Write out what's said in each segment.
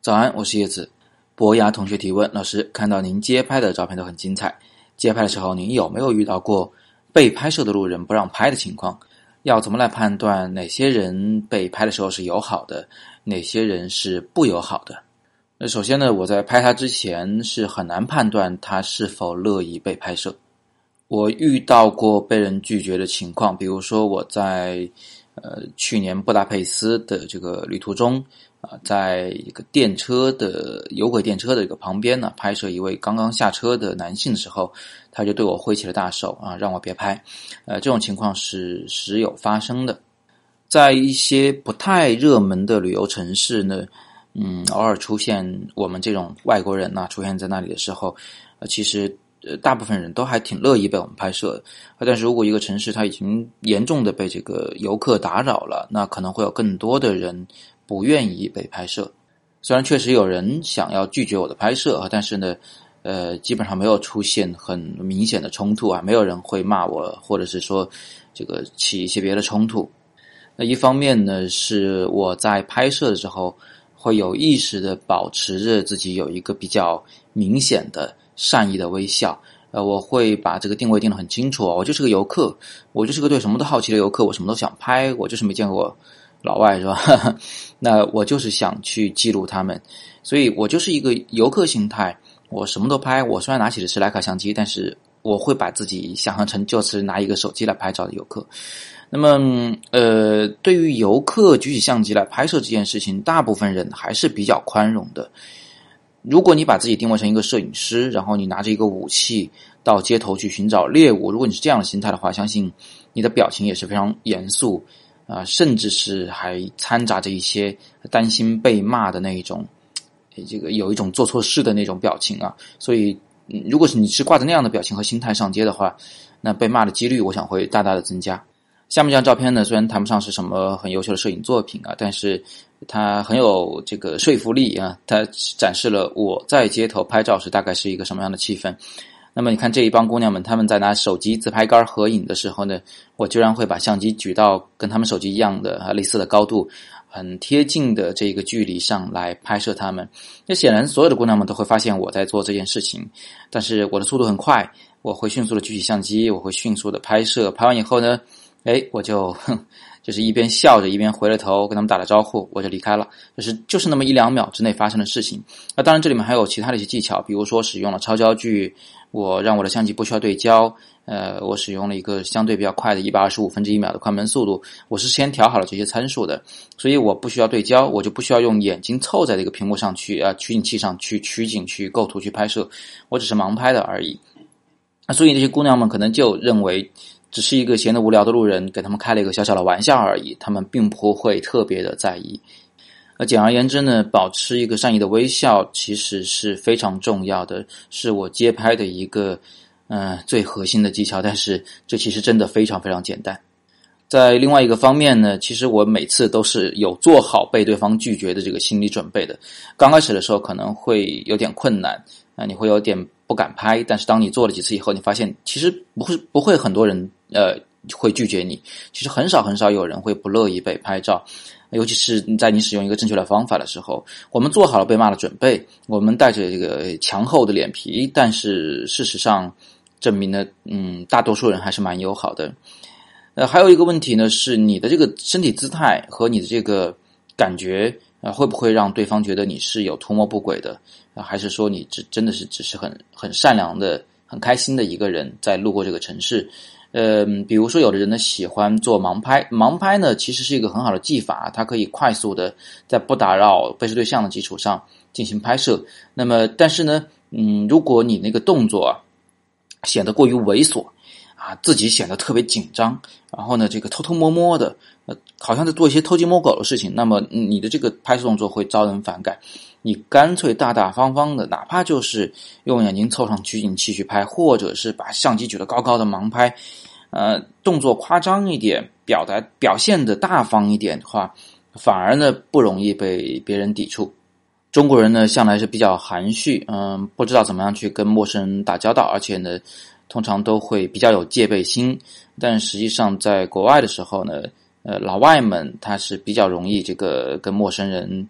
早安，我是叶子。博雅同学提问：老师，看到您街拍的照片都很精彩，街拍的时候您有没有遇到过被拍摄的路人不让拍的情况？要怎么来判断哪些人被拍的时候是友好的，哪些人是不友好的？那首先呢，我在拍他之前是很难判断他是否乐意被拍摄。我遇到过被人拒绝的情况，比如说我在去年布达佩斯的这个旅途中在一个有轨电车的一个旁边呢，拍摄一位刚刚下车的男性的时候，他就对我挥起了大手让我别拍。这种情况是时有发生的。在一些不太热门的旅游城市呢，偶尔出现我们这种外国人出现在那里的时候，其实大部分人都还挺乐意被我们拍摄的。但是如果一个城市它已经严重的被这个游客打扰了，那可能会有更多的人不愿意被拍摄。虽然确实有人想要拒绝我的拍摄，但是呢基本上没有出现很明显的冲突没有人会骂我，或者是说这个起一些别的冲突。那一方面呢，是我在拍摄的时候会有意识的保持着自己有一个比较明显的善意的微笑。我会把这个定位定得很清楚，我就是个游客，我就是个对什么都好奇的游客，我什么都想拍，我就是没见过老外，是吧？那我就是想去记录他们，所以我就是一个游客心态，我什么都拍。我虽然拿起的是徕卡相机，但是我会把自己想象成就是拿一个手机来拍照的游客。那么对于游客举起相机来拍摄这件事情，大部分人还是比较宽容的。如果你把自己定位成一个摄影师，然后你拿着一个武器到街头去寻找猎物，如果你是这样的心态的话，相信你的表情也是非常严肃甚至是还掺杂着一些担心被骂的那一种，这个有一种做错事的那种表情所以如果是你是挂着那样的表情和心态上街的话，那被骂的几率我想会大大的增加。下面这张照片呢，虽然谈不上是什么很优秀的摄影作品但是它很有这个说服力它展示了我在街头拍照时大概是一个什么样的气氛。那么你看这一帮姑娘们，她们在拿手机自拍杆合影的时候呢，我居然会把相机举到跟她们手机一样的类似的高度，很贴近的这个距离上来拍摄她们。那显然所有的姑娘们都会发现我在做这件事情，但是我的速度很快，我会迅速的举起相机，我会迅速的拍摄。拍完以后呢，我就是一边笑着一边回了头跟他们打了招呼，我就离开了。就是那么1-2秒之内发生的事情。当然这里面还有其他的一些技巧，比如说使用了超焦距，我让我的相机不需要对焦，我使用了一个相对比较快的1/25秒的快门速度，我是先调好了这些参数的，所以我不需要对焦，我就不需要用眼睛凑在这个屏幕上去取景器上去取景去构图去拍摄，我只是盲拍的而已。所以这些姑娘们可能就认为只是一个闲得无聊的路人，给他们开了一个小小的玩笑而已，他们并不会特别的在意。简而言之呢，保持一个善意的微笑其实是非常重要的，是我街拍的一个最核心的技巧，但是这其实真的非常非常简单。在另外一个方面呢，其实我每次都是有做好被对方拒绝的这个心理准备的。刚开始的时候可能会有点困难你会有点不敢拍，但是当你做了几次以后，你发现其实不会很多人会拒绝你，其实很少很少有人会不乐意被拍照。尤其是在你使用一个正确的方法的时候，我们做好了被骂的准备，我们带着这个强厚的脸皮，但是事实上证明呢大多数人还是蛮友好的。还有一个问题呢，是你的这个身体姿态和你的这个感觉会不会让对方觉得你是有图谋不轨的还是说你真的是只是很善良的很开心的一个人在路过这个城市。比如说有的人呢喜欢做盲拍，盲拍呢其实是一个很好的技法，它可以快速的在不打扰被摄对象的基础上进行拍摄。那么但是呢如果你那个动作显得过于猥琐自己显得特别紧张，然后呢这个偷偷摸摸的好像在做一些偷鸡摸狗的事情，那么你的这个拍摄动作会招人反感。你干脆大大方方的，哪怕就是用眼睛凑上取景器去拍，或者是把相机举得高高的盲拍动作夸张一点，表现的大方一点的话，反而呢不容易被别人抵触。中国人呢向来是比较含蓄不知道怎么样去跟陌生人打交道，而且呢通常都会比较有戒备心。但实际上在国外的时候呢老外们他是比较容易这个跟陌生人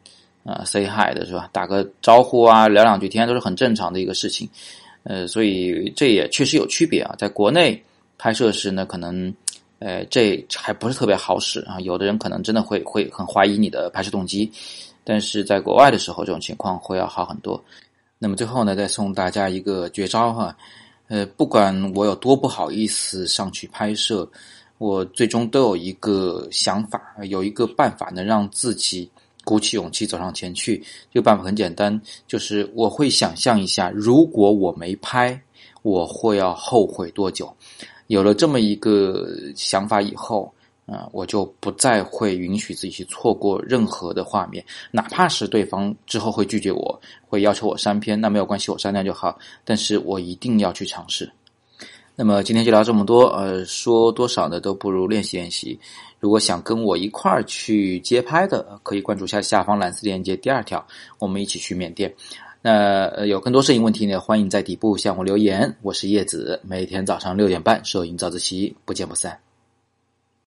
say hi 的是吧？打个招呼啊，聊两句天都是很正常的一个事情。所以这也确实有区别啊。在国内拍摄时呢，可能这还不是特别好使啊，有的人可能真的会很怀疑你的拍摄动机，但是在国外的时候，这种情况会要好很多。那么最后呢，再送大家一个绝招哈，不管我有多不好意思上去拍摄，我最终都有一个想法，有一个办法能让自己鼓起勇气走上前去。这个办法很简单，就是我会想象一下，如果我没拍，我会要后悔多久。有了这么一个想法以后，我就不再会允许自己去错过任何的画面，哪怕是对方之后会拒绝我，会要求我删片，那没有关系，我删掉就好，但是我一定要去尝试。那么今天就聊这么多，说多少呢都不如练习练习。如果想跟我一块儿去街拍的，可以关注下方蓝色链接第2条，我们一起去缅甸。那有更多摄影问题呢，欢迎在底部向我留言。我是叶子，每天早上6点半，摄影早自习，不见不散。